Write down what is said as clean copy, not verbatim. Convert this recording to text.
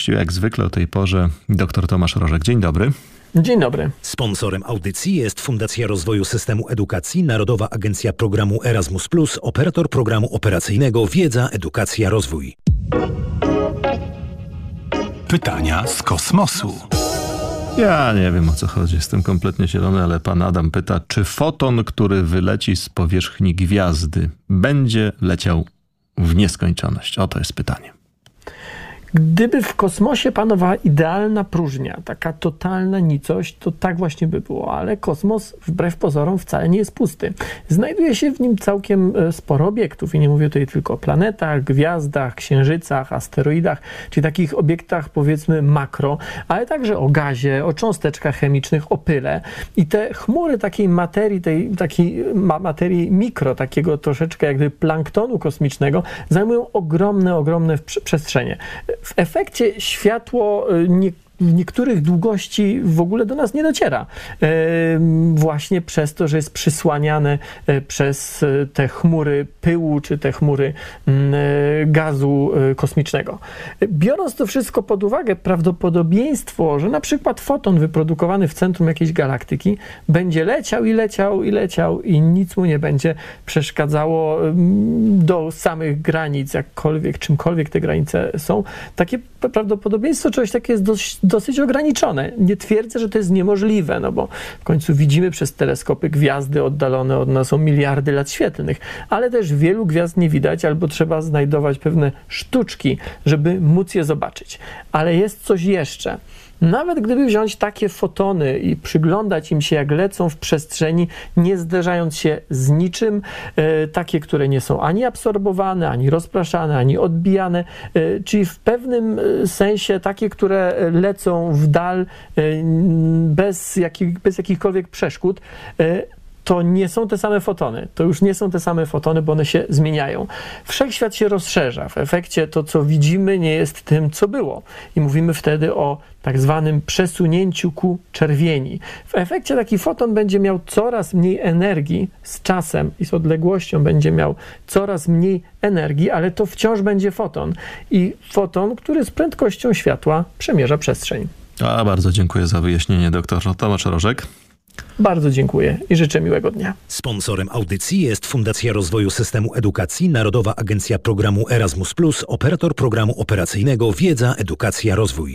gościu jak zwykle o tej porze dr Tomasz Rożek. Dzień dobry. Dzień dobry. Sponsorem audycji jest Fundacja Rozwoju Systemu Edukacji, Narodowa Agencja Programu Erasmus+, operator programu operacyjnego Wiedza, Edukacja, Rozwój. Pytania z kosmosu. Ja nie wiem, o co chodzi, jestem kompletnie zielony, ale pan Adam pyta, czy foton, który wyleci z powierzchni gwiazdy, będzie leciał w nieskończoność? Oto jest pytanie. Gdyby w kosmosie panowała idealna próżnia, taka totalna nicość, to tak właśnie by było, ale kosmos wbrew pozorom wcale nie jest pusty. Znajduje się w nim całkiem sporo obiektów i nie mówię tutaj tylko o planetach, gwiazdach, księżycach, asteroidach, czy takich obiektach powiedzmy makro, ale także o gazie, o cząsteczkach chemicznych, o pyle. I te chmury takiej materii, takiej materii mikro, takiego troszeczkę jakby planktonu kosmicznego, zajmują ogromne przestrzenie. W efekcie światło w niektórych długości w ogóle do nas nie dociera. Właśnie przez to, że jest przysłaniane przez te chmury pyłu, czy te chmury gazu kosmicznego. Biorąc to wszystko pod uwagę, prawdopodobieństwo, że na przykład foton wyprodukowany w centrum jakiejś galaktyki będzie leciał i nic mu nie będzie przeszkadzało do samych granic, czymkolwiek te granice są. Takie prawdopodobieństwo czegoś takiego jest dosyć ograniczone. Nie twierdzę, że to jest niemożliwe, no bo w końcu widzimy przez teleskopy gwiazdy oddalone od nas o miliardy lat świetlnych, ale też wielu gwiazd nie widać, albo trzeba znajdować pewne sztuczki, żeby móc je zobaczyć. Ale jest coś jeszcze. Nawet gdyby wziąć takie fotony i przyglądać im się, jak lecą w przestrzeni, nie zderzając się z niczym, takie, które nie są ani absorbowane, ani rozpraszane, ani odbijane, czyli w pewnym sensie takie, które lecą w dal bez jakichkolwiek przeszkód, to nie są te same fotony. To już nie są te same fotony, bo one się zmieniają. Wszechświat się rozszerza. W efekcie to, co widzimy, nie jest tym, co było. I mówimy wtedy o tak zwanym przesunięciu ku czerwieni. W efekcie taki foton będzie miał coraz mniej energii z czasem i z odległością będzie miał coraz mniej energii, ale to wciąż będzie foton. I foton, który z prędkością światła przemierza przestrzeń. A bardzo dziękuję za wyjaśnienie, dr Tomasz Rożek. Bardzo dziękuję i życzę miłego dnia. Sponsorem audycji jest Fundacja Rozwoju Systemu Edukacji, Narodowa Agencja Programu Erasmus+, operator programu operacyjnego Wiedza, Edukacja, Rozwój.